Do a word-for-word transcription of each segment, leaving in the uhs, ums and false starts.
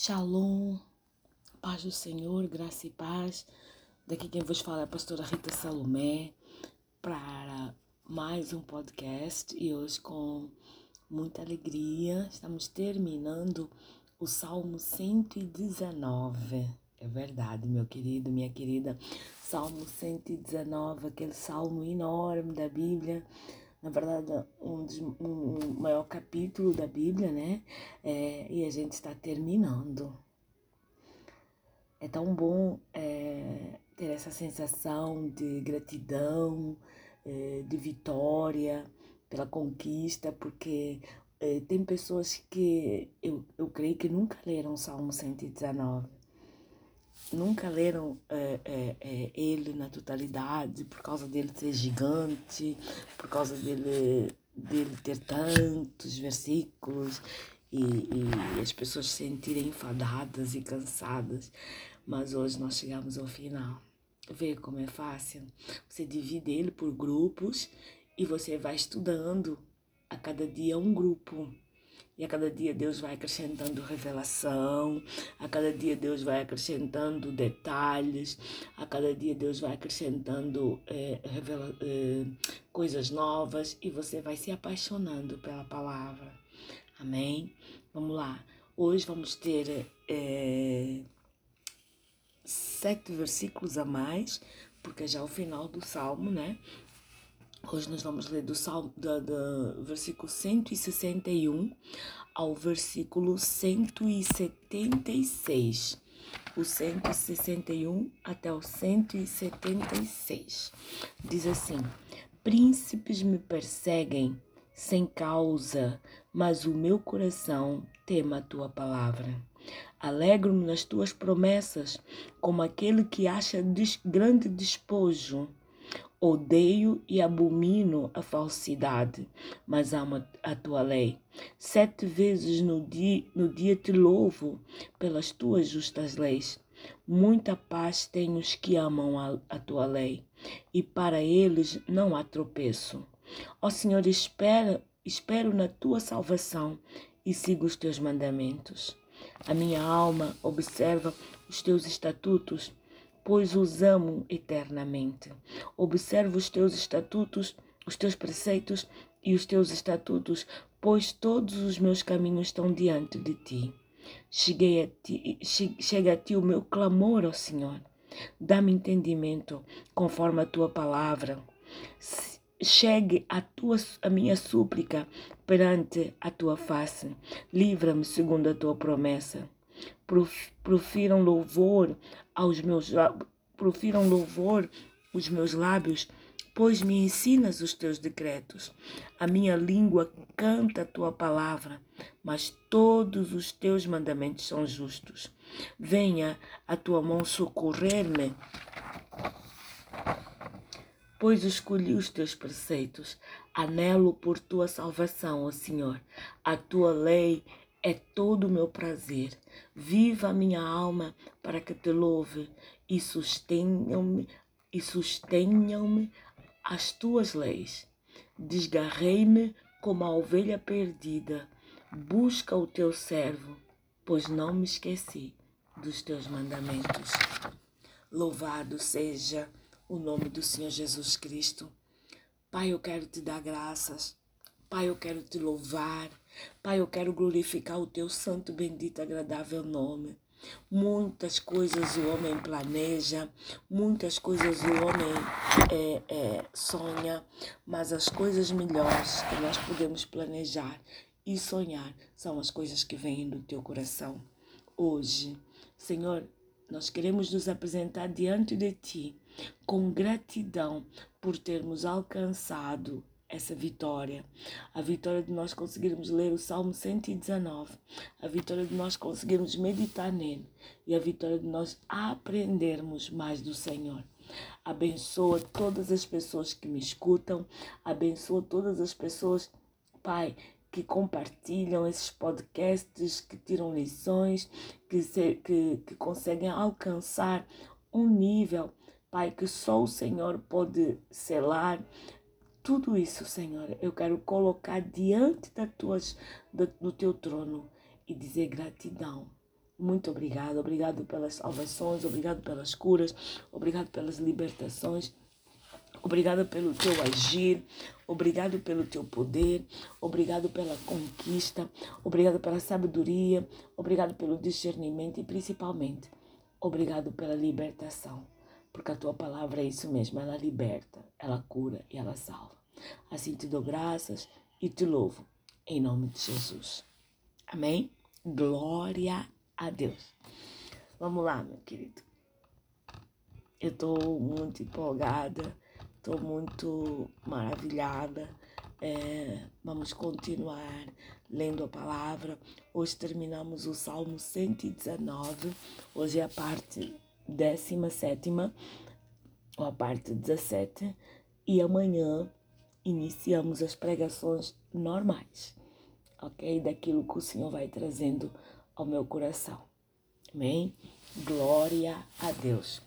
Shalom, paz do Senhor, graça e paz. Daqui quem vos fala é a pastora Rita Salomé para mais um podcast e hoje com muita alegria estamos terminando o Salmo cento e dezenove. É verdade, meu querido, minha querida, Salmo cento e dezenove, aquele salmo enorme da Bíblia. Na verdade, um, dos, um, um maior capítulo da Bíblia, né? É, e a gente está terminando. É tão bom é, ter essa sensação de gratidão, é, de vitória pela conquista, porque é, tem pessoas que eu, eu creio que nunca leram o Salmo cento e dezenove. Nunca leram é, é, é, ele na totalidade, por causa dele ser gigante, por causa dele, dele ter tantos versículos e, e as pessoas se sentirem enfadadas e cansadas. Mas hoje nós chegamos ao final. Vê como é fácil? Você divide ele por grupos e você vai estudando a cada dia um grupo. E a cada dia Deus vai acrescentando revelação, a cada dia Deus vai acrescentando detalhes, a cada dia Deus vai acrescentando é, revela, é, coisas novas e você vai se apaixonando pela palavra. Amém? Vamos lá. Hoje vamos ter é, sete versículos a mais, porque já é o final do Salmo, né? Hoje nós vamos ler do, salmo, do, do versículo cento e sessenta e um ao versículo cento e setenta e seis. O cento e sessenta e um até o cento e setenta e seis. Diz assim: príncipes me perseguem sem causa, mas o meu coração teme a tua palavra. Alegro-me nas tuas promessas, como aquele que acha des- grande despojo. Odeio e abomino a falsidade, mas amo a tua lei. Sete vezes no dia, no dia te louvo pelas tuas justas leis. Muita paz têm os que amam a, a tua lei, e para eles não há tropeço. Ó Senhor, espera, espero na tua salvação e sigo os teus mandamentos. A minha alma observa os teus estatutos, pois os amo eternamente. Observo os teus estatutos, os teus preceitos e os teus estatutos, pois todos os meus caminhos estão diante de ti. Cheguei a ti chega a ti o meu clamor, ó Senhor. Dá-me entendimento conforme a tua palavra. Chegue a, tua, a minha súplica perante a tua face. Livra-me segundo a tua promessa. Profiram louvor aos meus profiram louvor os meus lábios, pois me ensinas os teus decretos. A minha língua canta a tua palavra, mas todos os teus mandamentos são justos. Venha a tua mão socorrer-me, pois escolhi os teus preceitos. Anelo por tua salvação, ó Senhor. A tua lei é todo o meu prazer. Viva a minha alma para que te louve e sustenham-me e sustenham-me as tuas leis. Desgarrei-me como a ovelha perdida. Busca o teu servo, pois não me esqueci dos teus mandamentos. Louvado seja o nome do Senhor Jesus Cristo. Pai, eu quero te dar graças. Pai, eu quero te louvar. Pai, eu quero glorificar o teu santo, bendito, agradável nome. Muitas coisas o homem planeja, muitas coisas o homem é, é, sonha, mas as coisas melhores que nós podemos planejar e sonhar são as coisas que vêm do teu coração. Hoje, Senhor, nós queremos nos apresentar diante de Ti com gratidão por termos alcançado essa vitória. A vitória de nós conseguirmos ler o Salmo cento e dezenove. A vitória de nós conseguirmos meditar nele. E a vitória de nós aprendermos mais do Senhor. Abençoa todas as pessoas que me escutam. Abençoa todas as pessoas, Pai, que compartilham esses podcasts, que tiram lições, que, se, que, que conseguem alcançar um nível, Pai, que só o Senhor pode selar. Tudo isso, Senhor, eu quero colocar diante das tuas, do, do teu trono e dizer gratidão. muito obrigado. Obrigado pelas salvações, obrigado pelas curas, obrigado pelas libertações. Obrigado pelo teu agir, obrigado pelo teu poder, obrigado pela conquista, obrigado pela sabedoria, obrigado pelo discernimento e principalmente, obrigado pela libertação. Porque a tua palavra é isso mesmo, ela liberta, ela cura e ela salva. Assim te dou graças e te louvo, em nome de Jesus. Amém? Glória a Deus. Vamos lá, meu querido. Eu estou muito empolgada, estou muito maravilhada. É, vamos continuar lendo a palavra. Hoje terminamos o Salmo cento e dezenove. Hoje é a parte décima sétima, ou a parte dezessete. E amanhã iniciamos as pregações normais, ok? Daquilo que o Senhor vai trazendo ao meu coração. Amém? Glória a Deus.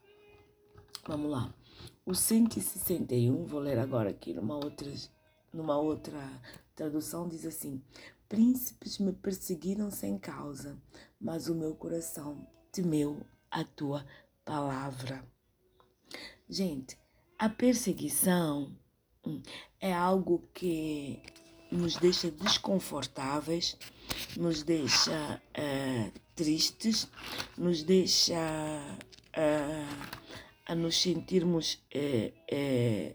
Vamos lá. O cento e sessenta e um, vou ler agora aqui numa outra, numa outra tradução, diz assim: príncipes me perseguiram sem causa, mas o meu coração temeu a tua palavra. Gente, a perseguição hum, é algo que nos deixa desconfortáveis, nos deixa uh, tristes, nos deixa uh, a nos sentirmos eh, eh,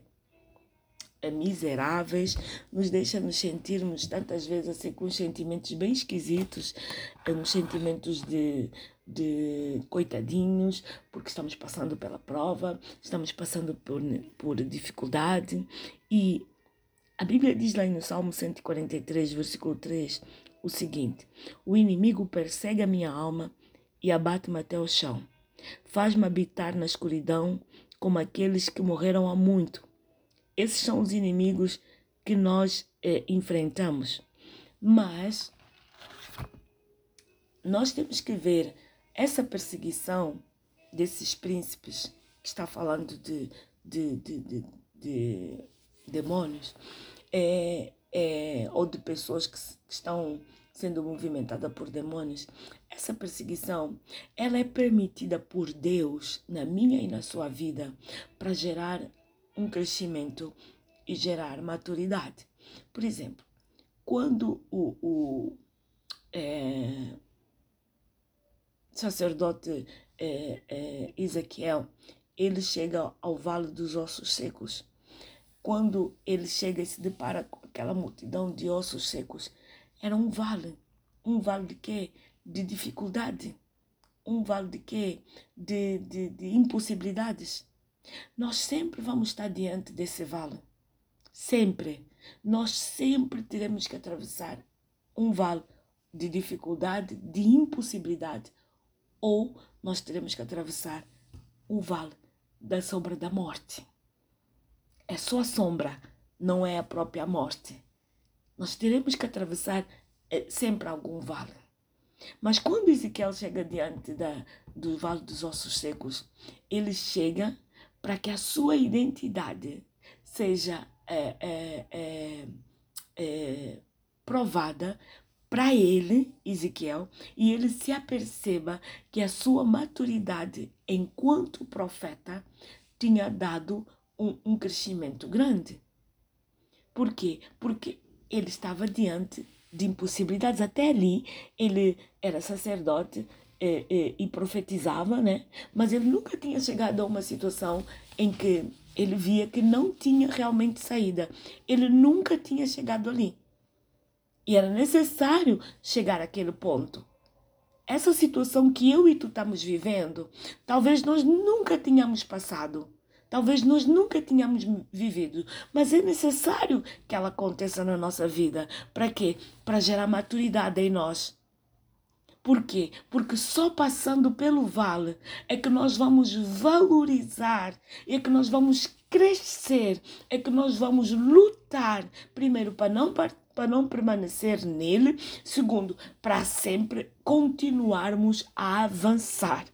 miseráveis, nos deixa nos sentirmos tantas vezes assim com sentimentos bem esquisitos, uns sentimentos de, de coitadinhos, porque estamos passando pela prova, estamos passando por, por dificuldade. E a Bíblia diz lá no Salmo cento e quarenta e três, versículo três, o seguinte: o inimigo persegue a minha alma e abate-me até o chão. Faz-me habitar na escuridão como aqueles que morreram há muito. Esses são os inimigos que nós eh, enfrentamos. Mas nós temos que ver essa perseguição desses príncipes, que está falando de, de, de, de, de demônios, é, é, ou de pessoas que, que estão sendo movimentada por demônios. Essa perseguição, ela é permitida por Deus na minha e na sua vida para gerar um crescimento e gerar maturidade. Por exemplo, quando o, o é, sacerdote é, é, Ezequiel, ele chega ao Vale dos Ossos Secos, quando ele chega e se depara com aquela multidão de ossos secos, era um vale. Um vale de quê? De dificuldade. Um vale de quê? De, de, de impossibilidades. Nós sempre vamos estar diante desse vale. Sempre. Nós sempre teremos que atravessar um vale de dificuldade, de impossibilidade. Ou nós teremos que atravessar o vale da sombra da morte. É só a sombra, não é a própria morte. Nós teremos que atravessar é, sempre algum vale. Mas quando Ezequiel chega diante da, do Vale dos Ossos Secos, ele chega para que a sua identidade seja é, é, é, é, provada para ele, Ezequiel, e ele se aperceba que a sua maturidade enquanto profeta tinha dado um, um crescimento grande. Por quê? Porque ele estava diante de impossibilidades. Até ali, ele era sacerdote eh, eh, e profetizava, né? Mas ele nunca tinha chegado a uma situação em que ele via que não tinha realmente saída. Ele nunca tinha chegado ali. E era necessário chegar àquele ponto. Essa situação que eu e tu estamos vivendo, talvez nós nunca tenhamos passado. Talvez nós nunca tenhamos vivido, mas é necessário que ela aconteça na nossa vida. Para quê? Para gerar maturidade em nós. Por quê? Porque só passando pelo vale é que nós vamos valorizar, é que nós vamos crescer, é que nós vamos lutar, primeiro, para não, para não permanecer nele, segundo, para sempre continuarmos a avançar.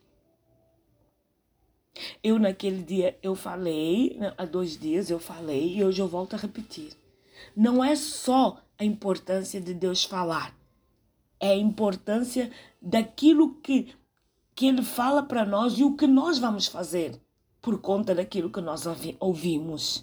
Eu naquele dia, eu falei, há dois dias eu falei e hoje eu volto a repetir. Não é só a importância de Deus falar. É a importância daquilo que, que ele fala para nós e o que nós vamos fazer por conta daquilo que nós ouvimos.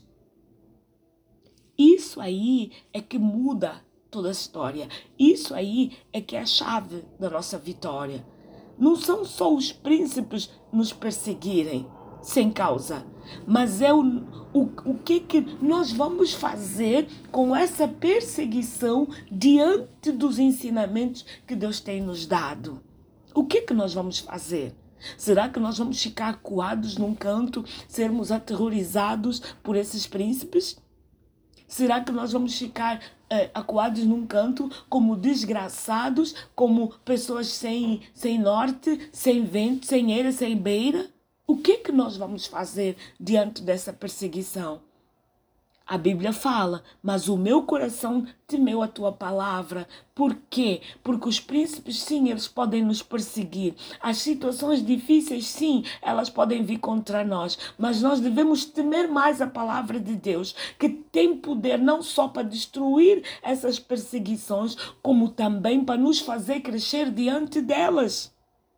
Isso aí é que muda toda a história. Isso aí é que é a chave da nossa vitória. Não são só os príncipes nos perseguirem sem causa, mas é o, o, o que, que nós vamos fazer com essa perseguição diante dos ensinamentos que Deus tem nos dado. O que, que nós vamos fazer? Será que nós vamos ficar coados num canto, sermos aterrorizados por esses príncipes? Será que nós vamos ficar eh, acuados num canto como desgraçados, como pessoas sem, sem norte, sem vento, sem eira, sem beira? O que é que nós vamos fazer diante dessa perseguição? A Bíblia fala, mas o meu coração temeu a tua palavra. Por quê? Porque os príncipes, sim, eles podem nos perseguir. As situações difíceis, sim, elas podem vir contra nós. Mas nós devemos temer mais a palavra de Deus, que tem poder não só para destruir essas perseguições, como também para nos fazer crescer diante delas.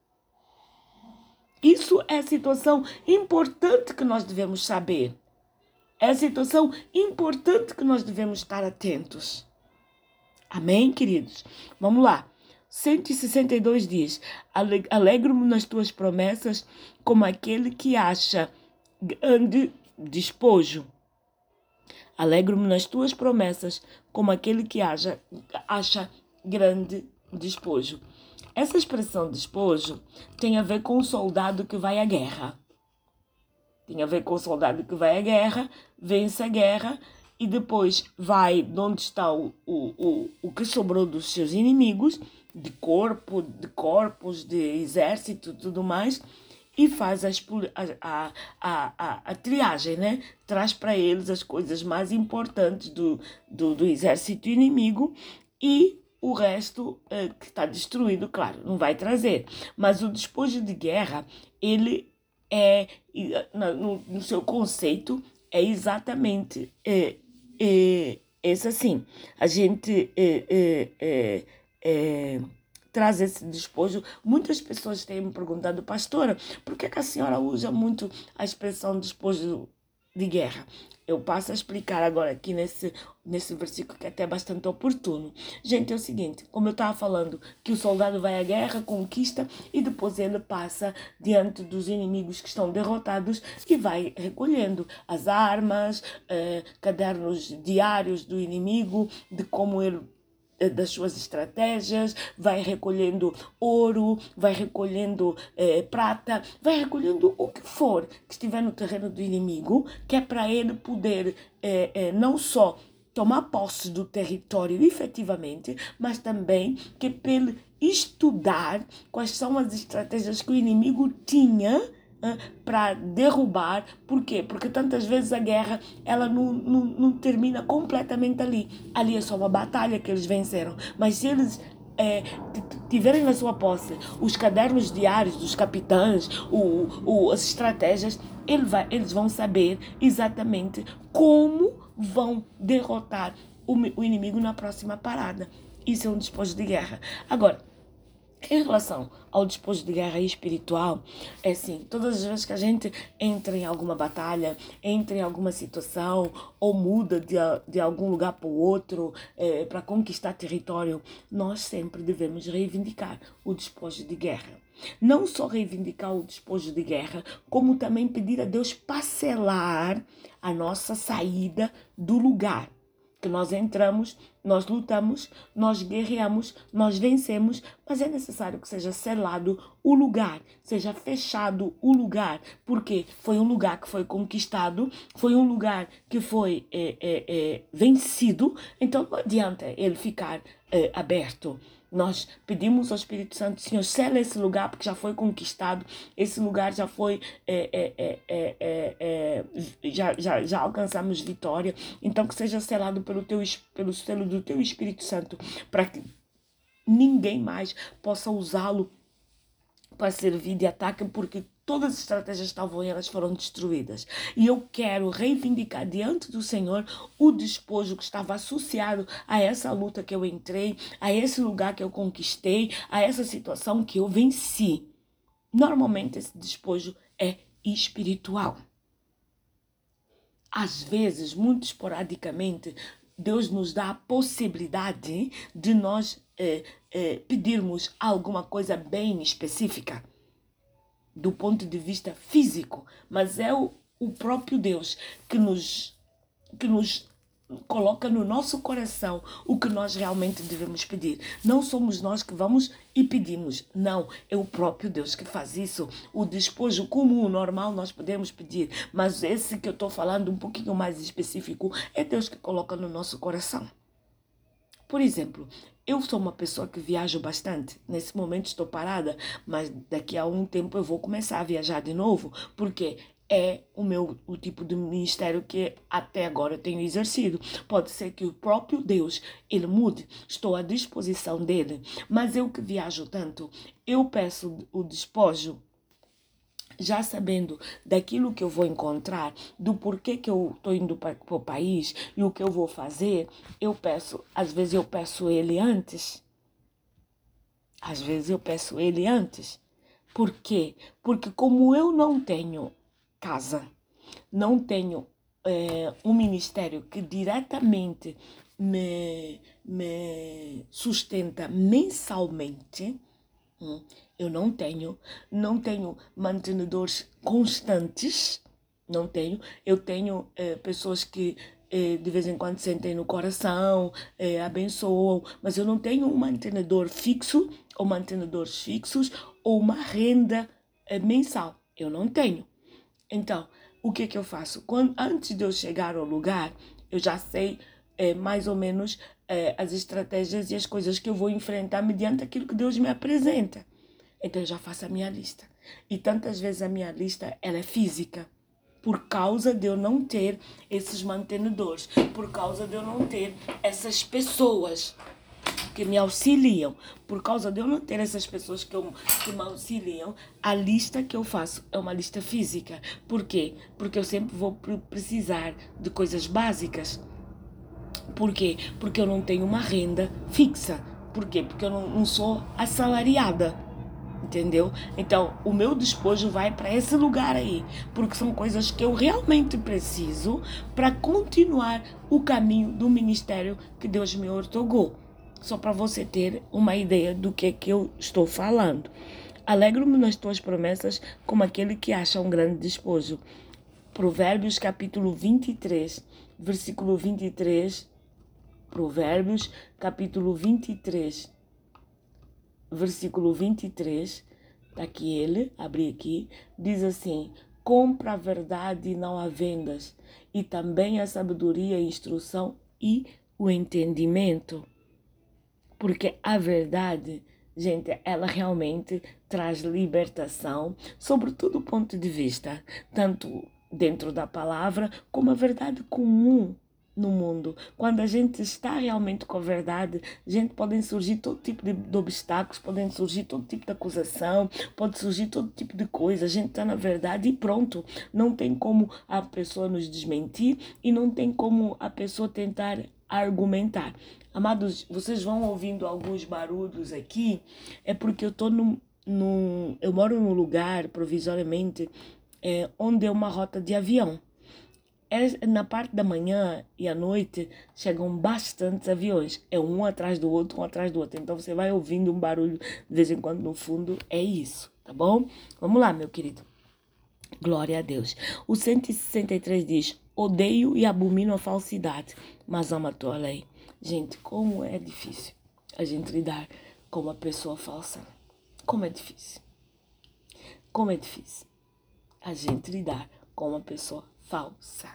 Isso é a situação importante que nós devemos saber. É a situação importante que nós devemos estar atentos. Amém, queridos? Vamos lá. cento e sessenta e dois diz: alegro-me nas tuas promessas como aquele que acha grande despojo. Alegro-me nas tuas promessas como aquele que acha, acha grande despojo. Essa expressão despojo tem a ver com o soldado que vai à guerra. Tem a ver com o soldado que vai à guerra, vence a guerra e depois vai de onde está o, o, o, o que sobrou dos seus inimigos, de corpo, de corpos, de exército e tudo mais, e faz a, a, a, a, a triagem, né? Traz para eles as coisas mais importantes do, do, do exército inimigo e o resto eh, que está destruído, claro, não vai trazer. Mas o despojo de guerra, ele é, no, no seu conceito, é exatamente é, é, esse assim. A gente é, é, é, é, traz esse despojo. Muitas pessoas têm me perguntado, pastora, por que, que a senhora usa muito a expressão despojo de guerra? Eu passo a explicar agora aqui nesse, nesse versículo que é até bastante oportuno. Gente, é o seguinte, como eu estava falando, que o soldado vai à guerra, conquista e depois ele passa diante dos inimigos que estão derrotados e vai recolhendo as armas, eh, cadernos diários do inimigo, de como ele das suas estratégias, vai recolhendo ouro, vai recolhendo eh, prata, vai recolhendo o que for que estiver no terreno do inimigo, que é para ele poder eh, eh, não só tomar posse do território efetivamente, mas também que é para ele estudar quais são as estratégias que o inimigo tinha para derrubar. Por quê? Porque tantas vezes a guerra ela não, não, não termina completamente ali. Ali é só uma batalha que eles venceram. Mas se eles é, tiverem na sua posse os cadernos diários dos capitães, o, o, as estratégias, ele vai, eles vão saber exatamente como vão derrotar o, o inimigo na próxima parada. Isso é um despojo de guerra. Agora, em relação ao despojo de guerra espiritual, é assim, todas as vezes que a gente entra em alguma batalha, entra em alguma situação, ou muda de, de algum lugar para o outro, é, para conquistar território, nós sempre devemos reivindicar o despojo de guerra. Não só reivindicar o despojo de guerra, como também pedir a Deus parcelar a nossa saída do lugar. Que nós entramos, nós lutamos, nós guerreamos, nós vencemos, mas é necessário que seja selado o lugar, seja fechado o lugar, porque foi um lugar que foi conquistado, foi um lugar que foi é, é, é, vencido, então não adianta ele ficar é, aberto. Nós pedimos ao Espírito Santo, Senhor, sela esse lugar porque já foi conquistado, esse lugar já foi, é, é, é, é, é, já, já, já alcançamos vitória, então que seja selado pelo, teu, pelo selo do teu Espírito Santo, para que ninguém mais possa usá-lo para servir de ataque, porque todas as estratégias estavam e elas foram destruídas. E eu quero reivindicar diante do Senhor o despojo que estava associado a essa luta que eu entrei, a esse lugar que eu conquistei, a essa situação que eu venci. Normalmente esse despojo é espiritual. Às vezes, muito esporadicamente, Deus nos dá a possibilidade de nós eh, eh, pedirmos alguma coisa bem específica do ponto de vista físico, mas é o, o próprio Deus que nos, que nos coloca no nosso coração o que nós realmente devemos pedir. Não somos nós que vamos e pedimos. Não, é o próprio Deus que faz isso. O despojo comum, normal, nós podemos pedir, mas esse que eu estou falando um pouquinho mais específico é Deus que coloca no nosso coração. Por exemplo, eu sou uma pessoa que viajo bastante. Nesse momento estou parada, mas daqui a um tempo eu vou começar a viajar de novo, porque é o meu o tipo de ministério que até agora eu tenho exercido. Pode ser que o próprio Deus, ele mude. Estou à disposição dele. Mas eu que viajo tanto, eu peço o despojo já sabendo daquilo que eu vou encontrar, do porquê que eu estou indo para o país e o que eu vou fazer. Eu peço, às vezes eu peço ele antes. Às vezes eu peço ele antes. Por quê? Porque como eu não tenho casa, não tenho é, um ministério que diretamente me, me sustenta mensalmente, hum, eu não tenho, não tenho mantenedores constantes, não tenho, eu tenho é, pessoas que é, de vez em quando sentem no coração, é, abençoam, mas eu não tenho um mantenedor fixo, ou mantenedores fixos, ou uma renda é, mensal, eu não tenho. Então, o que que eu faço? Quando, antes de eu chegar ao lugar, eu já sei é, mais ou menos é, as estratégias e as coisas que eu vou enfrentar mediante aquilo que Deus me apresenta. Então, eu já faço a minha lista. E tantas vezes a minha lista ela é física, por causa de eu não ter esses mantenedores, por causa de eu não ter essas pessoas que me auxiliam. Por causa de eu não ter essas pessoas que, eu, que me auxiliam, a lista que eu faço é uma lista física. Por quê? Porque eu sempre vou precisar de coisas básicas. Por quê? Porque eu não tenho uma renda fixa. Por quê? Porque eu não, não sou assalariada. Entendeu? Então, o meu despojo vai para esse lugar aí, porque são coisas que eu realmente preciso para continuar o caminho do ministério que Deus me ortogou. Só para você ter uma ideia do que é que eu estou falando. Alegro-me nas tuas promessas como aquele que acha um grande despojo. Provérbios capítulo vinte e três, versículo vinte e três. Provérbios capítulo vinte e três, versículo vinte e três. Está aqui ele, abri aqui. Diz assim: compra a verdade e não a vendas, e também a sabedoria, a instrução e o entendimento. Porque a verdade, gente, ela realmente traz libertação sobre todo o ponto de vista, tanto dentro da palavra como a verdade comum no mundo. Quando a gente está realmente com a verdade, gente, podem surgir todo tipo de, de obstáculos, podem surgir todo tipo de acusação, pode surgir todo tipo de coisa. A gente está na verdade e pronto. Não tem como a pessoa nos desmentir e não tem como a pessoa tentar argumentar. Amados, vocês vão ouvindo alguns barulhos aqui, é porque eu tô num, num eu moro num lugar provisoriamente é, onde é uma rota de avião. É, na parte da manhã e à noite chegam bastantes aviões, é um atrás do outro, um atrás do outro. Então você vai ouvindo um barulho de vez em quando no fundo, é isso, tá bom? Vamos lá, meu querido. Glória a Deus. O cento e sessenta e três diz: odeio e abomino a falsidade, mas amo a tua lei. Gente, como é difícil a gente lidar com uma pessoa falsa. Como é difícil. Como é difícil a gente lidar com uma pessoa falsa.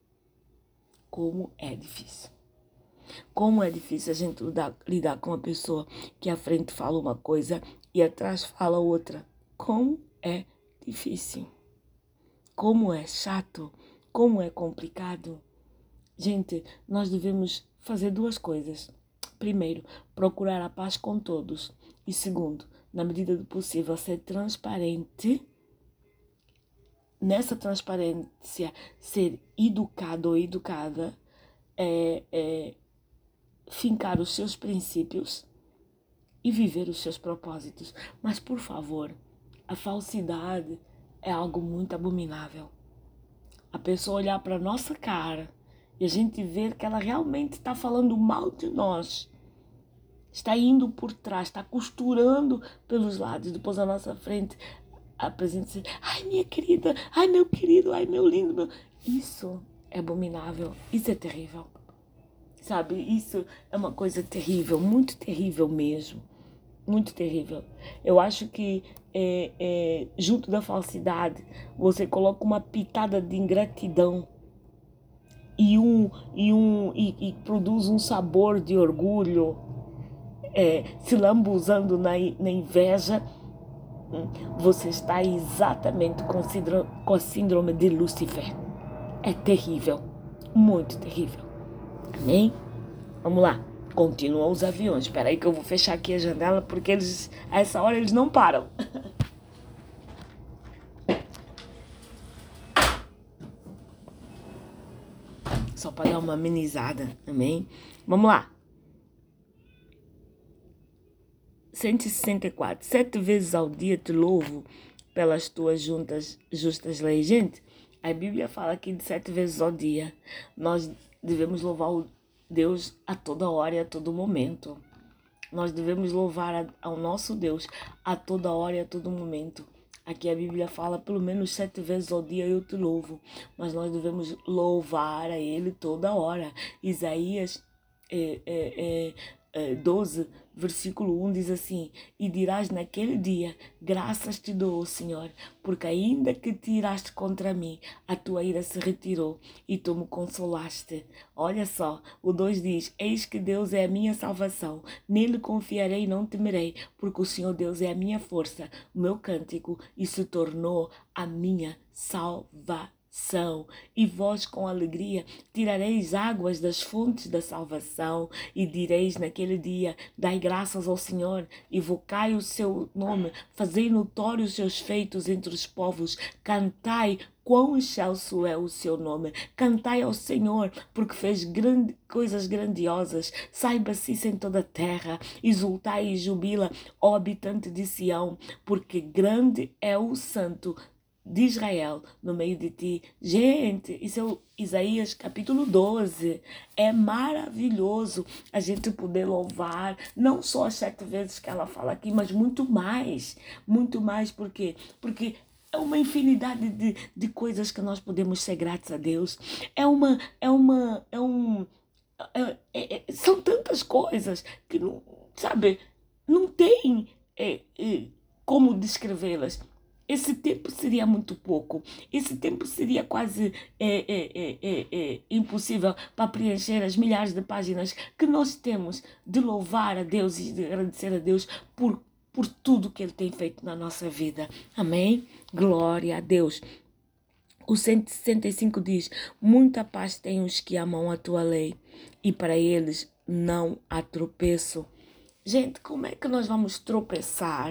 Como é difícil. Como é difícil a gente lidar, lidar com uma pessoa que à frente fala uma coisa e atrás fala outra. Como é difícil. Como é chato. Como é complicado. Gente, nós devemos fazer duas coisas. Primeiro, procurar a paz com todos. E segundo, na medida do possível, ser transparente. Nessa transparência, ser educado ou educada, é, é fincar os seus princípios e viver os seus propósitos. Mas, por favor, a falsidade é algo muito abominável. A pessoa olhar para a nossa cara e a gente ver que ela realmente está falando mal de nós, está indo por trás, está costurando pelos lados, depois à nossa frente apresenta-se, ai minha querida, ai meu querido, ai meu lindo, meu... Isso é abominável, isso é terrível, sabe? Isso é uma coisa terrível, muito terrível mesmo, muito terrível. Eu acho que é, é, junto da falsidade, você coloca uma pitada de ingratidão e, um, e, um, e, e produz um sabor de orgulho, é, se lambuzando na, na inveja. Você está exatamente com, com a síndrome de Lúcifer. É terrível, muito terrível. Amém? Vamos lá, continuam os aviões. Espera aí que eu vou fechar aqui a janela, porque eles, a essa hora eles não param. Só para dar uma amenizada, amém? Vamos lá. cento e sessenta e quatro. Sete vezes ao dia te louvo pelas tuas juntas, justas leis. Gente, a Bíblia fala aqui de sete vezes ao dia. Nós devemos louvar o Deus a toda hora e a todo momento. Nós devemos louvar ao nosso Deus a toda hora e a todo momento. Aqui a Bíblia fala pelo menos sete vezes ao dia eu te louvo. Mas nós devemos louvar a Ele toda hora. Isaías é, é, é, doze, versículo um diz assim: e dirás naquele dia, graças te dou, Senhor, porque ainda que te iraste contra mim, a tua ira se retirou e tu me consolaste. Olha só, o dois diz: eis que Deus é a minha salvação, nele confiarei e não temerei, porque o Senhor Deus é a minha força, o meu cântico, e se tornou a minha salvação. E vós com alegria tirareis águas das fontes da salvação e direis naquele dia: dai graças ao Senhor, invocai o seu nome, fazei notórios os seus feitos entre os povos, cantai quão excelso é o seu nome, cantai ao Senhor, porque fez grande, coisas grandiosas, saiba-se isso em toda a terra, exultai e jubila, ó habitante de Sião, porque grande é o santo de Israel no meio de ti. Gente, isso é o Isaías capítulo doze. É maravilhoso a gente poder louvar, não só as sete vezes que ela fala aqui, mas muito mais, muito mais, por quê? Porque é uma infinidade de, de coisas que nós podemos ser gratos a Deus. É uma, é uma, é um, é, é, é, são tantas coisas que, não, sabe, não tem é, é, como descrevê-las. Esse tempo seria muito pouco. Esse tempo seria quase é, é, é, é, é, impossível para preencher as milhares de páginas que nós temos de louvar a Deus e de agradecer a Deus por, por tudo que Ele tem feito na nossa vida. Amém? Glória a Deus. O cento e sessenta e cinco diz: muita paz têm os que amam a tua lei, e para eles não há tropeço. Gente, como é que nós vamos tropeçar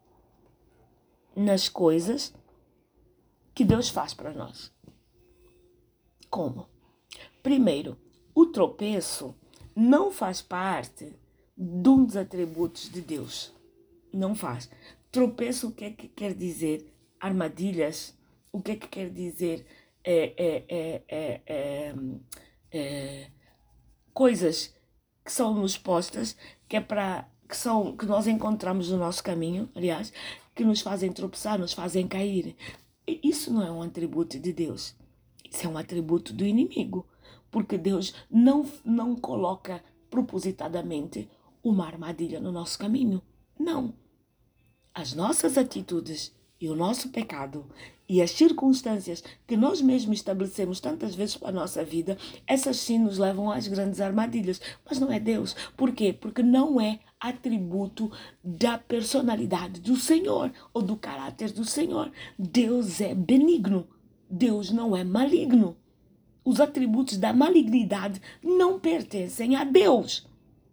nas coisas que Deus faz para nós? Como? Primeiro, o tropeço não faz parte de um dos atributos de Deus. Não faz. Tropeço, o que é que quer dizer? Armadilhas. O que é que quer dizer? É, é, é, é, é, é, coisas que são nos postas, que é para que são que nós encontramos no nosso caminho, aliás, que nos fazem tropeçar, nos fazem cair. Isso não é um atributo de Deus. Isso é um atributo do inimigo. Porque Deus não, não coloca propositadamente uma armadilha no nosso caminho. Não. As nossas atitudes e o nosso pecado e as circunstâncias que nós mesmos estabelecemos tantas vezes para a nossa vida, essas sim nos levam às grandes armadilhas. Mas não é Deus. Por quê? Porque não é atributo da personalidade do Senhor ou do caráter do Senhor. Deus é benigno. Deus não é maligno. Os atributos da malignidade não pertencem a Deus.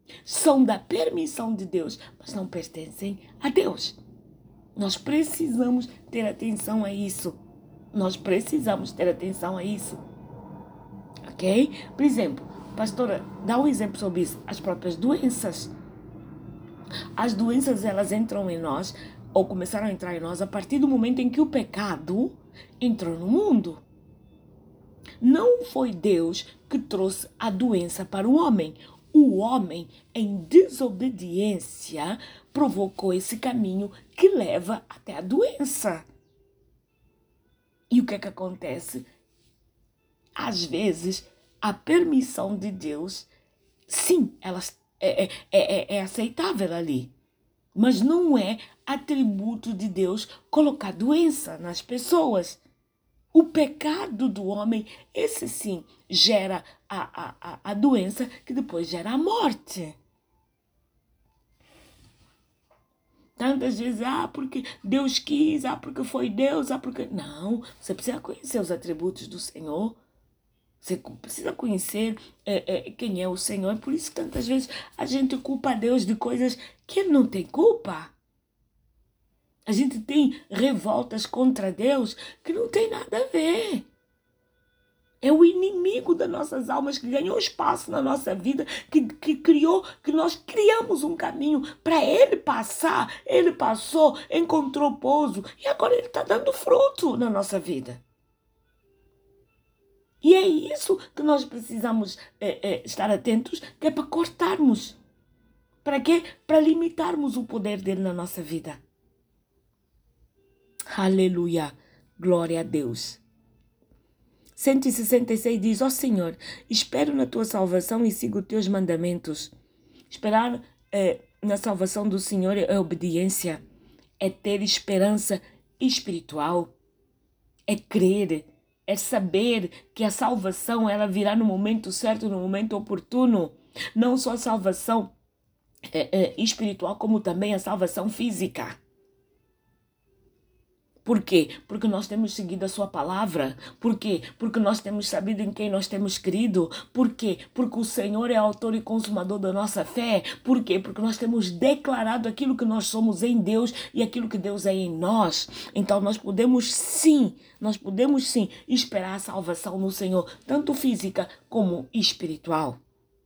são da permissão de Deus, mas não pertencem a Deus. Nós precisamos ter atenção a isso. Nós precisamos ter atenção a isso. Ok? Por exemplo, pastora, dá um exemplo sobre isso. As próprias doenças. As doenças, elas entram em nós, ou começaram a entrar em nós, a partir do momento em que o pecado entrou no mundo. Não foi Deus que trouxe a doença para o homem. O homem, em desobediência, provocou esse caminho que leva até a doença. E o que é que acontece? Às vezes, a permissão de Deus, sim, ela é, é, é, é aceitável ali. Mas não é atributo de Deus colocar doença nas pessoas. O pecado do homem, esse sim, gera a, a, a doença que depois gera a morte. Tantas vezes, ah, porque Deus quis, ah, porque foi Deus, ah, porque... Não, você precisa conhecer os atributos do Senhor. Você precisa conhecer é, é, quem é o Senhor. É por isso que tantas vezes a gente culpa a Deus de coisas que Ele não tem culpa. A gente tem revoltas contra Deus que não tem nada a ver. É o inimigo das nossas almas que ganhou espaço na nossa vida, que, que criou, que nós criamos um caminho para ele passar. Ele passou, encontrou pouso e agora ele está dando fruto na nossa vida. E é isso que nós precisamos é, é, estar atentos, que é para cortarmos. Para quê? Para limitarmos o poder dele na nossa vida. Aleluia. Glória a Deus. cento e sessenta e seis diz, ó Senhor, espero na tua salvação e sigo os teus mandamentos. Esperar é, na salvação do Senhor é obediência, é ter esperança espiritual, é crer, é saber que a salvação ela virá no momento certo, no momento oportuno. Não só a salvação é, é, espiritual, como também a salvação física. Por quê? Porque nós temos seguido a sua palavra. Por quê? Porque nós temos sabido em quem nós temos crido. Por quê? Porque o Senhor é autor e consumador da nossa fé. Por quê? Porque nós temos declarado aquilo que nós somos em Deus e aquilo que Deus é em nós. Então nós podemos sim, nós podemos sim esperar a salvação no Senhor, tanto física como espiritual.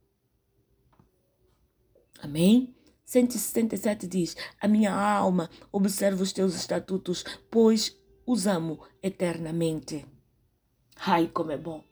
Amém? cento e sessenta e sete diz, a minha alma observa os teus estatutos, pois os amo eternamente. Ai, como é bom.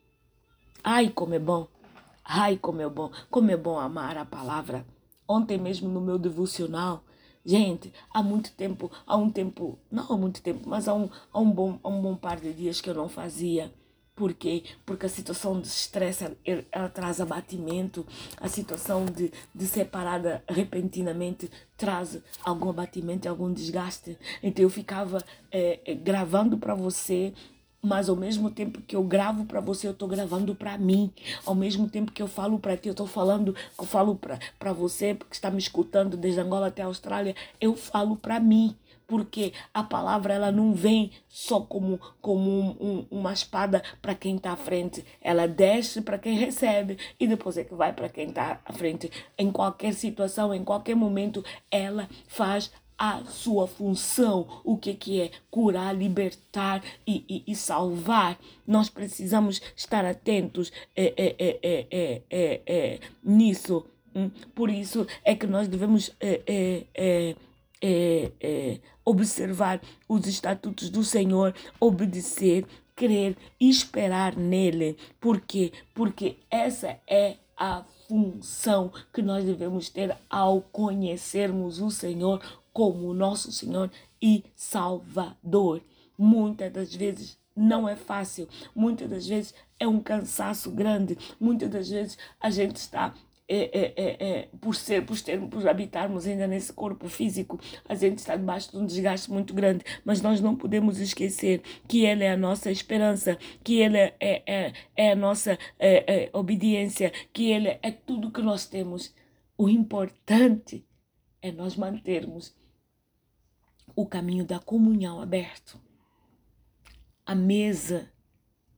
Ai, como é bom. Ai, como é bom. Como é bom amar a palavra. Ontem mesmo no meu devocional, gente, há muito tempo, há um tempo, não há muito tempo, mas há um, há um, bom, há um bom par de dias que eu não fazia. Por quê? Porque a situação de estresse, ela traz abatimento, a situação de, de separada repentinamente traz algum abatimento e algum desgaste. Então eu ficava é, gravando para você, mas ao mesmo tempo que eu gravo para você, eu estou gravando para mim. Ao mesmo tempo que eu falo para ti, eu estou falando, eu falo para você, porque está me escutando desde Angola até a Austrália, eu falo para mim. Porque a palavra ela não vem só como, como um, um, uma espada para quem está à frente. Ela desce para quem recebe e depois é que vai para quem está à frente. Em qualquer situação, em qualquer momento, ela faz a sua função. O que, que é? Curar, libertar e, e, e salvar. Nós precisamos estar atentos é, é, é, é, é, é, é, nisso. Por isso é que nós devemos... É, é, é, É, é, observar os estatutos do Senhor, obedecer, crer e esperar nele. Por quê? Porque essa é a função que nós devemos ter ao conhecermos o Senhor como nosso Senhor e Salvador. Muitas das vezes não é fácil, muitas das vezes é um cansaço grande, muitas das vezes a gente está É, é, é, é, por ser, por, ter, por habitarmos ainda nesse corpo físico, a gente está debaixo de um desgaste muito grande, mas nós não podemos esquecer que Ele é a nossa esperança, que Ele é, é, é, é a nossa é, é, obediência, que Ele é tudo que nós temos. O importante é nós mantermos o caminho da comunhão aberto, a mesa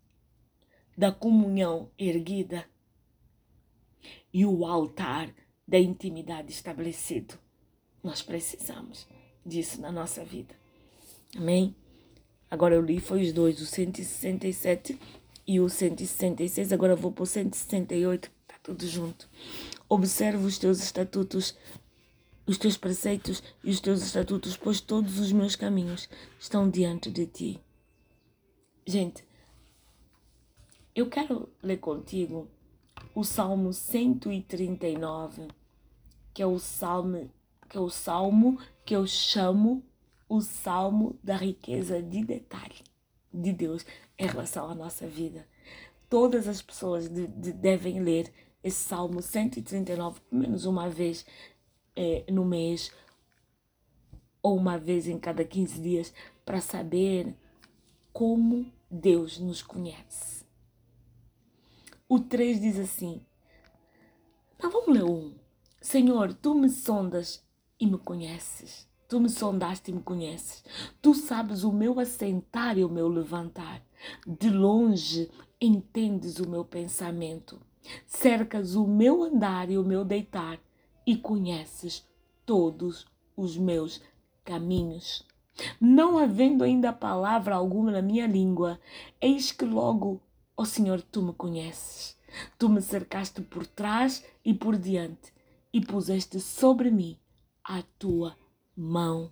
da comunhão erguida, e o altar da intimidade estabelecido. Nós precisamos disso na nossa vida. Amém? Agora eu li foi os dois, o cento e sessenta e sete e o cento e sessenta e seis. Agora eu vou para o cento e sessenta e oito. Está tudo junto. Observa os teus estatutos, os teus preceitos e os teus estatutos, pois todos os meus caminhos estão diante de ti. Gente, eu quero ler contigo o Salmo cento e trinta e nove, que é o salmo, que é o salmo que eu chamo o salmo da riqueza de detalhe de Deus em relação à nossa vida. Todas as pessoas de, de, devem ler esse Salmo cento e trinta e nove pelo menos uma vez é, no mês ou uma vez em cada quinze dias para saber como Deus nos conhece. O três diz assim, não, vamos ler um. Senhor, tu me sondas e me conheces. Tu me sondaste e me conheces. Tu sabes o meu assentar e o meu levantar. De longe entendes o meu pensamento. Cercas o meu andar e o meu deitar e conheces todos os meus caminhos. Não havendo ainda palavra alguma na minha língua, eis que logo, ó Senhor, tu me conheces. Tu me cercaste por trás e por diante e puseste sobre mim a tua mão.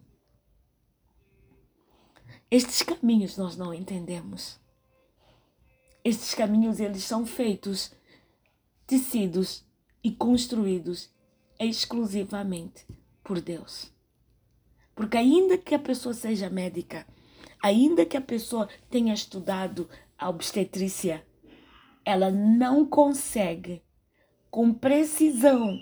Estes caminhos nós não entendemos. Estes caminhos, eles são feitos, tecidos e construídos exclusivamente por Deus. Porque ainda que a pessoa seja médica, ainda que a pessoa tenha estudado a obstetrícia, ela não consegue com precisão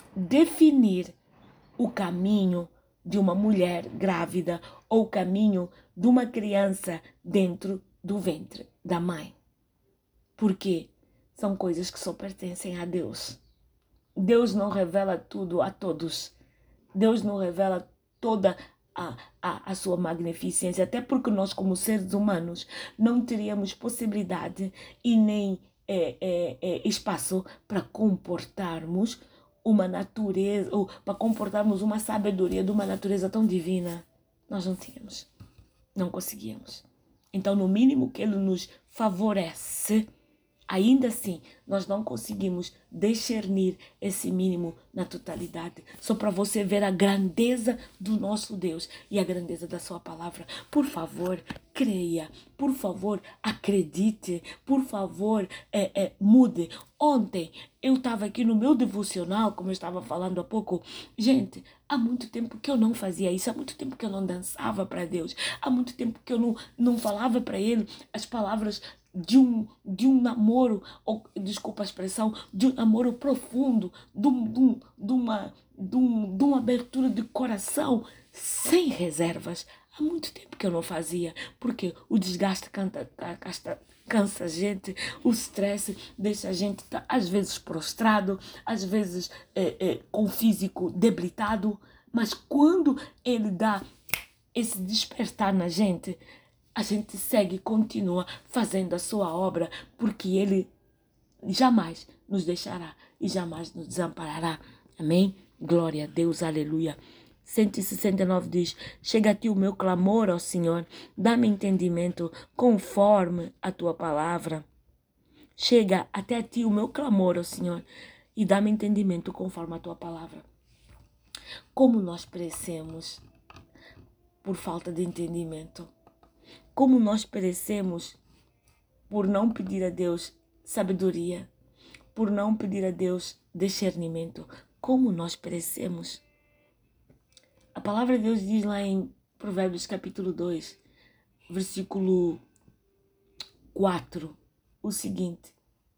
definir o caminho de uma mulher grávida ou o caminho de uma criança dentro do ventre da mãe. Por quê? São coisas que só pertencem a Deus. Deus não revela tudo a todos. Deus não revela toda a, a, a sua magnificência, até porque nós, como seres humanos, não teríamos possibilidade e nem é, é, é, espaço para comportarmos uma natureza, ou para comportarmos uma sabedoria de uma natureza tão divina. Nós não tínhamos, não conseguíamos. Então, no mínimo que Ele nos favorece, ainda assim, nós não conseguimos discernir esse mínimo na totalidade. Só para você ver a grandeza do nosso Deus e a grandeza da sua palavra. Por favor, creia. Por favor, acredite. Por favor, é, é, mude. Ontem, eu estava aqui no meu devocional, como eu estava falando há pouco. Gente, há muito tempo que eu não fazia isso. Há muito tempo que eu não dançava para Deus. Há muito tempo que eu não, não falava para Ele as palavras de um, de um namoro, ou, desculpa a expressão, de um namoro profundo, de, um, de, um, de, uma, de, um, de uma abertura de coração, sem reservas. Há muito tempo que eu não fazia, porque o desgaste canta, cansa, cansa a gente, o stress deixa a gente, tá, às vezes, prostrado, às vezes é, é, com o físico debilitado, mas quando ele dá esse despertar na gente, a gente segue e continua fazendo a sua obra, porque Ele jamais nos deixará e jamais nos desamparará. Amém? Glória a Deus, aleluia. cento e sessenta e nove diz, chega a ti o meu clamor, ó Senhor, dá-me entendimento conforme a tua palavra. Chega até a ti o meu clamor, ó Senhor, e dá-me entendimento conforme a tua palavra. Como nós perecemos por falta de entendimento. Como nós perecemos por não pedir a Deus sabedoria, por não pedir a Deus discernimento. Como nós perecemos. A palavra de Deus diz lá em Provérbios capítulo dois, versículo quatro, o seguinte.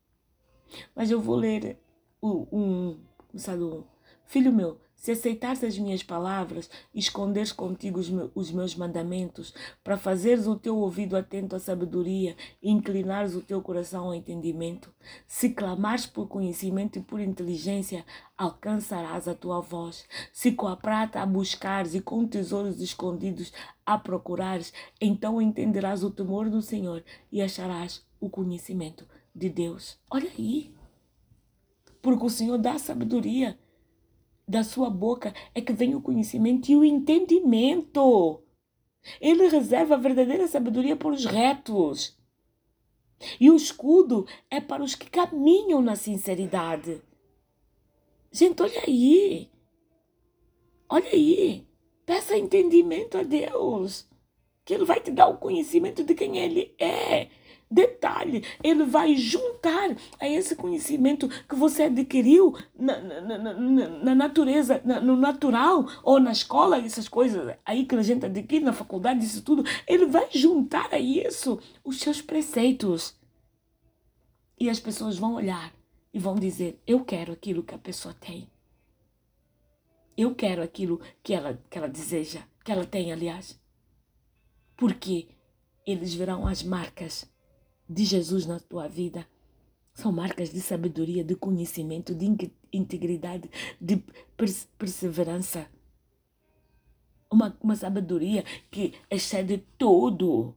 Mas eu vou ler o, um, sabe, um, filho meu, se aceitares as minhas palavras e esconderes contigo os, meus, os meus mandamentos, para fazeres o teu ouvido atento à sabedoria e inclinares o teu coração ao entendimento, se clamares por conhecimento e por inteligência, alcançarás a tua voz. Se com a prata a buscares e com tesouros escondidos a procurares, então entenderás o temor do Senhor e acharás o conhecimento de Deus. Olha aí, porque o Senhor dá sabedoria. da sua boca é que vem o conhecimento e o entendimento. Ele reserva a verdadeira sabedoria para os retos. E o escudo é para os que caminham na sinceridade. Gente, olha aí. Olha aí. Peça entendimento a Deus, que Ele vai te dar o conhecimento de quem Ele é. Detalhe, Ele vai juntar a esse conhecimento que você adquiriu na, na, na, na, na natureza, na, no natural, ou na escola, essas coisas aí que a gente adquire na faculdade, isso tudo. Ele vai juntar a isso os seus preceitos. E as pessoas vão olhar e vão dizer, eu quero aquilo que a pessoa tem. Eu quero aquilo que ela, que ela deseja, que ela tem, aliás. Porque eles verão as marcas de Jesus na tua vida. São marcas de sabedoria, de conhecimento, de integridade, de perseverança. Uma, uma sabedoria que excede tudo.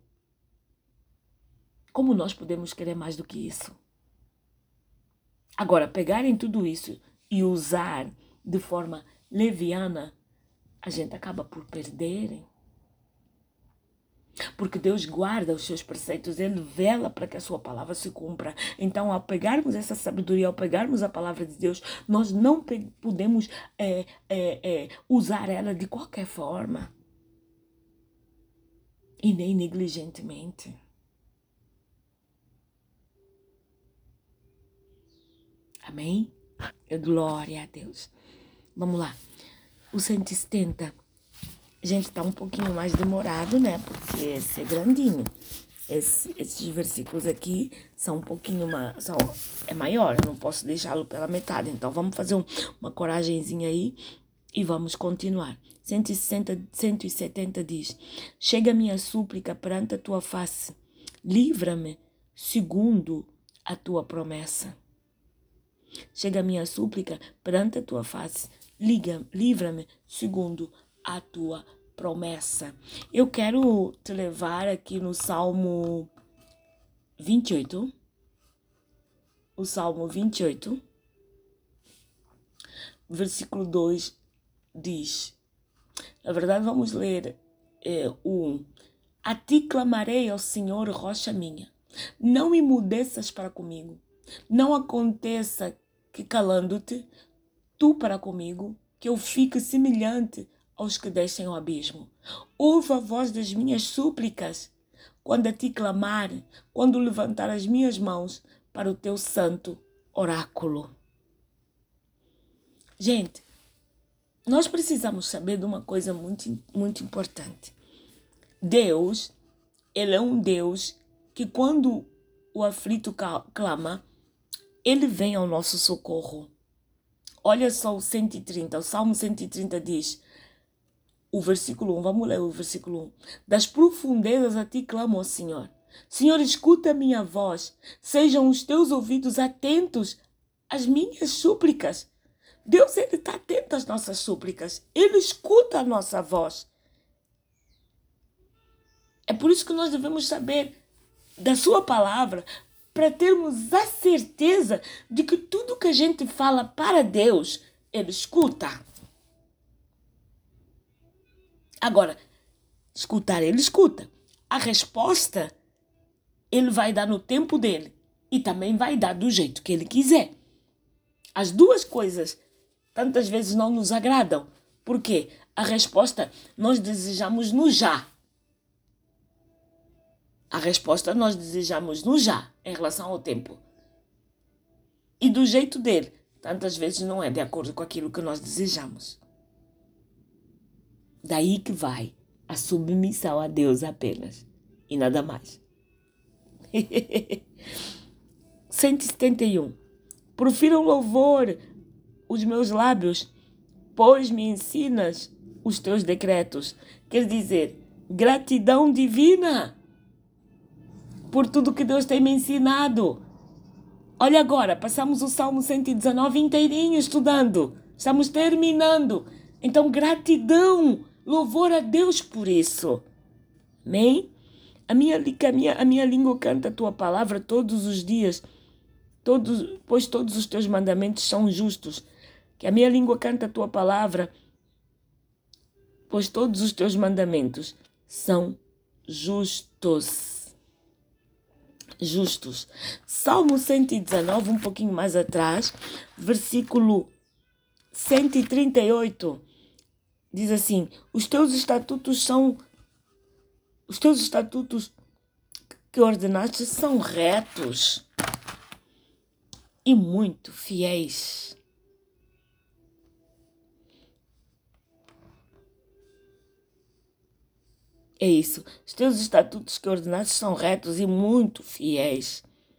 Como nós podemos querer mais do que isso? Agora, pegarem tudo isso e usar de forma leviana, a gente acaba por perder. Porque Deus guarda os seus preceitos, Ele vela para que a sua palavra se cumpra. Então, ao pegarmos essa sabedoria, ao pegarmos a palavra de Deus, nós não podemos é, é, é, usar ela de qualquer forma. E nem negligentemente. Amém? Glória a Deus. Vamos lá. O cento e setenta. Gente, está um pouquinho mais demorado, né? Porque esse é grandinho. Esse, esses versículos aqui são um pouquinho mais... São, é maior, eu não posso deixá-lo pela metade. Então, vamos fazer um, uma coragenzinha aí e vamos continuar. cento e sessenta, cento e setenta diz, chega a minha súplica perante a tua face. Livra-me segundo a tua promessa. Chega a minha súplica perante a tua face. Livra-me segundo a tua promessa. Eu quero te levar aqui no Salmo vinte e oito. O Salmo vinte e oito. Versículo dois diz. Na verdade, vamos ler é, o um. A ti clamarei ao Senhor, rocha minha. Não emudeças para comigo. Não aconteça que calando-te, tu para comigo, que eu fique semelhante aos que descem ao abismo. Ouve a voz das minhas súplicas, quando a ti clamar, quando levantar as minhas mãos para o teu santo oráculo. Gente, nós precisamos saber de uma coisa muito, muito importante. Deus, Ele é um Deus que quando o aflito clama, Ele vem ao nosso socorro. Olha só o cento e trinta, o Salmo cento e trinta diz, o versículo um, vamos ler o versículo um. Das profundezas a ti clamo, ó Senhor. Senhor, escuta a minha voz, sejam os teus ouvidos atentos às minhas súplicas. Deus, Ele está atento às nossas súplicas, Ele escuta a nossa voz. É por isso que nós devemos saber da sua palavra, para termos a certeza de que tudo que a gente fala para Deus, Ele escuta. Agora, escutar, Ele escuta. A resposta, Ele vai dar no tempo dele e também vai dar do jeito que Ele quiser. As duas coisas, tantas vezes não nos agradam. Por quê? A resposta nós desejamos no já. A resposta nós desejamos no já, em relação ao tempo. E do jeito dele, tantas vezes não é de acordo com aquilo que nós desejamos. Daí que vai a submissão a Deus apenas, e nada mais. cento e setenta e um. Profiram louvor os meus lábios, pois me ensinas os teus decretos. Quer dizer, gratidão divina por tudo que Deus tem me ensinado. Olha agora, passamos o Salmo cento e dezenove inteirinho estudando. Estamos terminando. Então, gratidão, louvor a Deus por isso. Amém? A minha, a minha, a minha língua canta a tua palavra todos os dias, todos, pois todos os teus mandamentos são justos. Que a minha língua cante a tua palavra, pois todos os teus mandamentos são justos. Justos. Salmo cento e dezenove, um pouquinho mais atrás, versículo cento e trinta e oito, diz assim: os teus estatutos são, os teus estatutos que ordenaste são retos e muito fiéis. É isso. Os teus estatutos que ordenaste são retos e muito fiéis.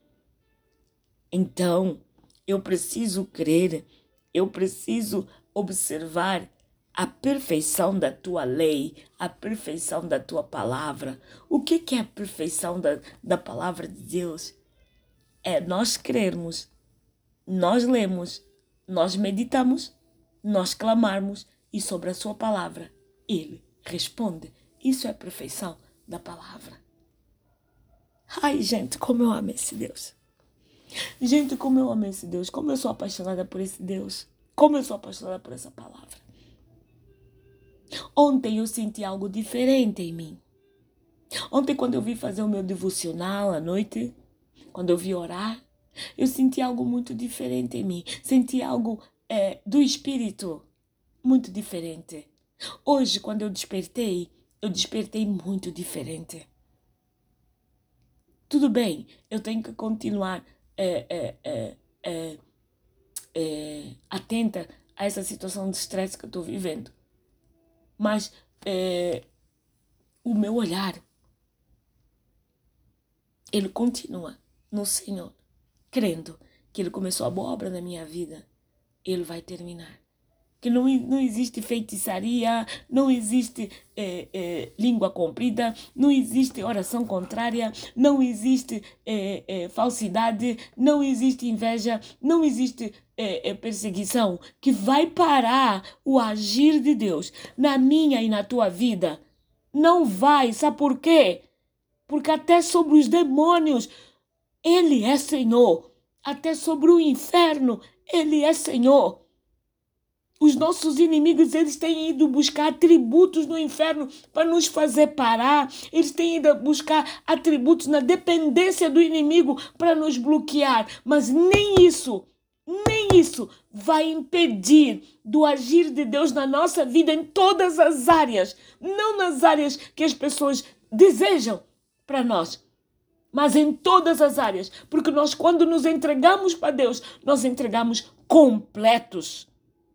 Então, eu preciso crer, eu preciso observar a perfeição da tua lei, a perfeição da tua palavra. O que que é a perfeição da, da palavra de Deus? É nós crermos, nós lemos, nós meditamos, nós clamarmos e sobre a sua palavra Ele responde. Isso é a perfeição da palavra. Ai, gente, como eu amo esse Deus. Gente, como eu amo esse Deus. Como eu sou apaixonada por esse Deus. Como eu sou apaixonada por essa palavra. Ontem eu senti algo diferente em mim. Ontem, quando eu vi fazer o meu devocional à noite, quando eu vi orar, eu senti algo muito diferente em mim. Senti algo é, do Espírito muito diferente. Hoje, quando eu despertei, eu despertei muito diferente. Tudo bem, eu tenho que continuar é, é, é, é, é, atenta a essa situação de estresse que eu estou vivendo. Mas é, o meu olhar, ele continua no Senhor, crendo que Ele começou a boa obra na minha vida, Ele vai terminar. Que não, não existe feitiçaria, não existe é, é, língua comprida, não existe oração contrária, não existe é, é, falsidade, não existe inveja, não existe é, é, perseguição que vai parar o agir de Deus na minha e na tua vida. Não vai, sabe por quê? Porque até sobre os demônios Ele é Senhor, até sobre o inferno Ele é Senhor. Os nossos inimigos, eles têm ido buscar atributos no inferno para nos fazer parar. Eles têm ido buscar atributos na dependência do inimigo para nos bloquear. Mas nem isso, nem isso vai impedir do agir de Deus na nossa vida em todas as áreas. Não nas áreas que as pessoas desejam para nós, mas em todas as áreas. Porque nós, quando nos entregamos para Deus, nós entregamos completos.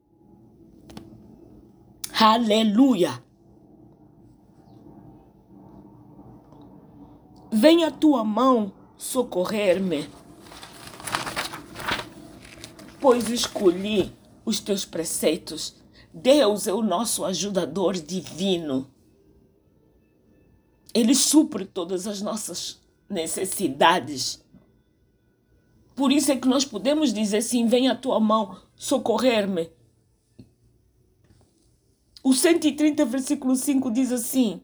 Aleluia! Vem a tua mão socorrer-me, pois escolhi os teus preceitos. Deus é o nosso ajudador divino. Ele supre todas as nossas necessidades. Por isso é que nós podemos dizer assim: vem a tua mão socorrer-me. O cento e trinta, versículo cinco diz assim: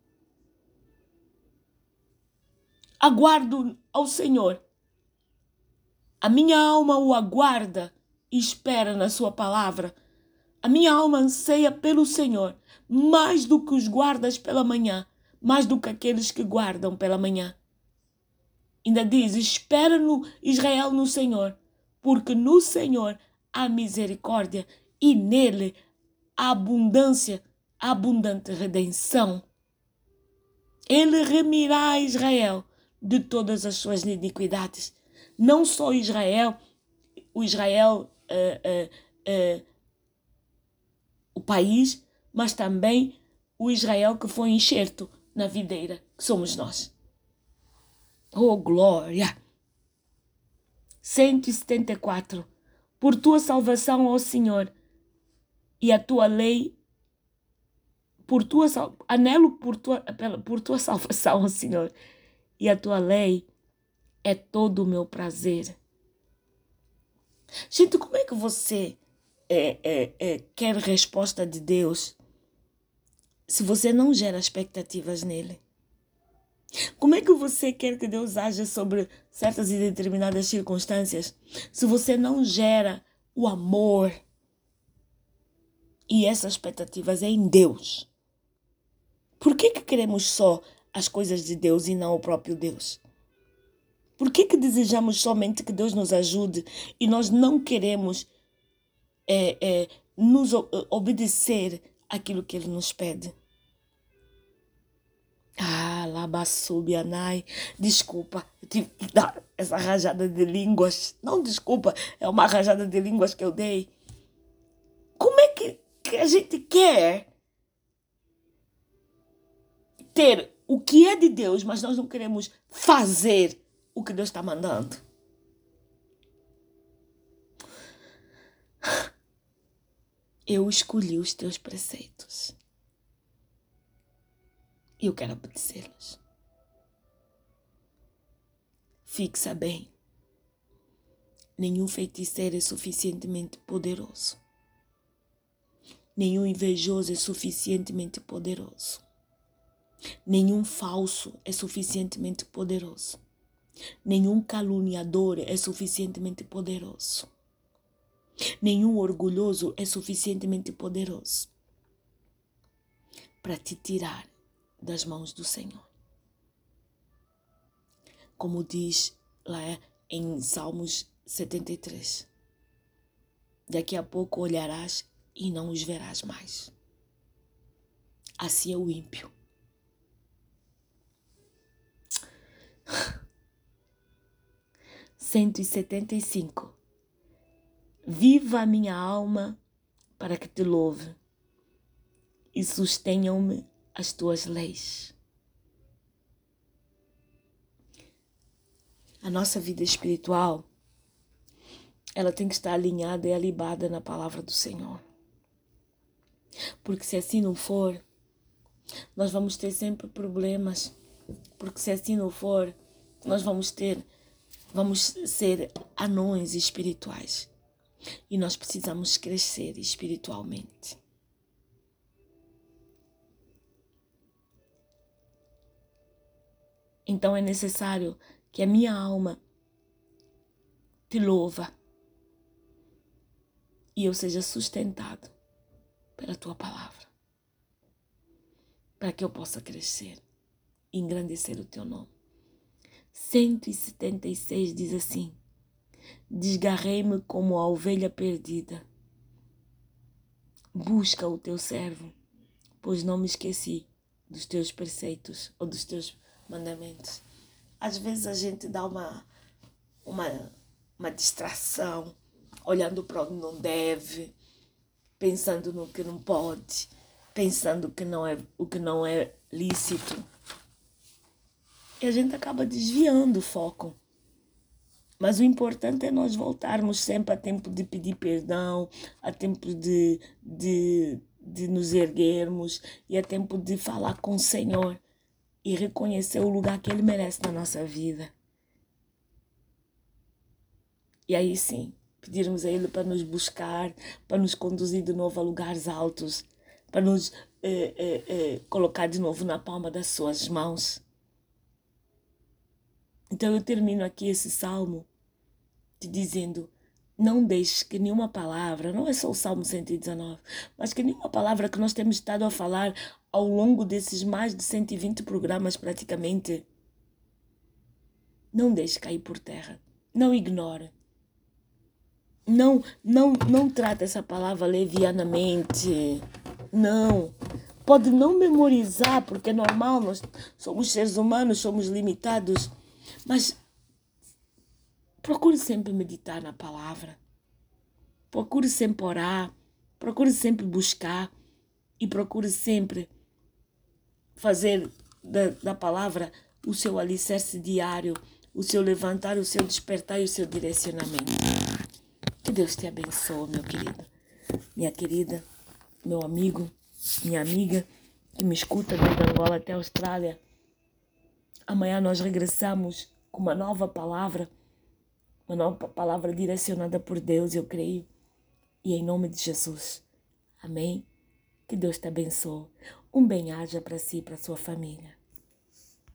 aguardo ao Senhor. A minha alma o aguarda e espera na sua palavra. A minha alma anseia pelo Senhor, mais do que os guardas pela manhã, mais do que aqueles que guardam pela manhã. Ainda diz: espera no Israel no Senhor, porque no Senhor há misericórdia e nele a abundância, a abundante redenção. Ele remirá a Israel de todas as suas iniquidades. Não só Israel, o Israel, uh, uh, uh, o país, mas também o Israel que foi enxerto na videira, que somos nós. Oh, glória! cento e setenta e quatro. Por tua salvação, ó Senhor, e a tua lei, por tua, anelo por tua, por tua salvação, ó Senhor, e a tua lei é todo o meu prazer. Gente, como é que você é, é, é, quer resposta de Deus se você não gera expectativas nele? Como é que você quer que Deus haja sobre certas e determinadas circunstâncias se você não gera o amor E essas expectativas é em Deus. Por que que queremos só as coisas de Deus e não o próprio Deus? Por que que desejamos somente que Deus nos ajude e nós não queremos é, é, nos obedecer aquilo que Ele nos pede? Ah, Labassubianai, desculpa, eu tive que dar essa rajada de línguas. Não, desculpa, é uma rajada de línguas que eu dei. Como é que, que a gente quer ter o que é de Deus, mas nós não queremos fazer o que Deus está mandando? Eu escolhi os teus preceitos. E eu quero obedecê-los. Fixa bem. Nenhum feiticeiro é suficientemente poderoso. Nenhum invejoso é suficientemente poderoso. Nenhum falso é suficientemente poderoso. Nenhum caluniador é suficientemente poderoso. Nenhum orgulhoso é suficientemente poderoso para te tirar das mãos do Senhor. Como diz lá em Salmos setenta e três. Daqui a pouco olharás e não os verás mais. Assim é o ímpio. cento e setenta e cinco. Viva a minha alma para que te louve e sustenham-me as tuas leis. A nossa vida espiritual, ela tem que estar alinhada e alibada na palavra do Senhor. Porque se assim não for, nós vamos ter sempre problemas. Porque se assim não for, nós vamos ter, vamos ser anões espirituais. E nós precisamos crescer espiritualmente. Então é necessário que a minha alma te louva e eu seja sustentado pela tua palavra, para que eu possa crescer e engrandecer o teu nome. cento e setenta e seis diz assim: desgarrei-me como a ovelha perdida. Busca o teu servo, pois não me esqueci dos teus preceitos ou dos teus mandamentos. Às vezes a gente dá uma, uma, uma distração, olhando para onde não deve, pensando no que não pode, pensando que não é, o que não é lícito. E a gente acaba desviando o foco. Mas o importante é nós voltarmos sempre a tempo de pedir perdão, a tempo de, de, de nos erguermos e a tempo de falar com o Senhor e reconhecer o lugar que Ele merece na nossa vida. E aí sim, pedirmos a Ele para nos buscar, para nos conduzir de novo a lugares altos, para nos eh, eh, eh, colocar de novo na palma das suas mãos. Então eu termino aqui esse salmo te dizendo: não deixes que nenhuma palavra, não é só o Salmo cento e dezenove, mas que nenhuma palavra que nós temos estado a falar ao longo desses mais de cento e vinte programas praticamente, não deixe cair por terra, não ignore. Não, não, não trata essa palavra levianamente, não. Pode não memorizar, porque é normal, nós somos seres humanos, somos limitados, mas procure sempre meditar na palavra, procure sempre orar, procure sempre buscar e procure sempre fazer da, da palavra o seu alicerce diário, o seu levantar, o seu despertar e o seu direcionamento. Que Deus te abençoe, meu querido, minha querida, meu amigo, minha amiga, que me escuta desde Angola até a Austrália. Amanhã nós regressamos com uma nova palavra, uma nova palavra direcionada por Deus, eu creio. E em nome de Jesus. Amém? Que Deus te abençoe. Um bem-aja para si e para sua família.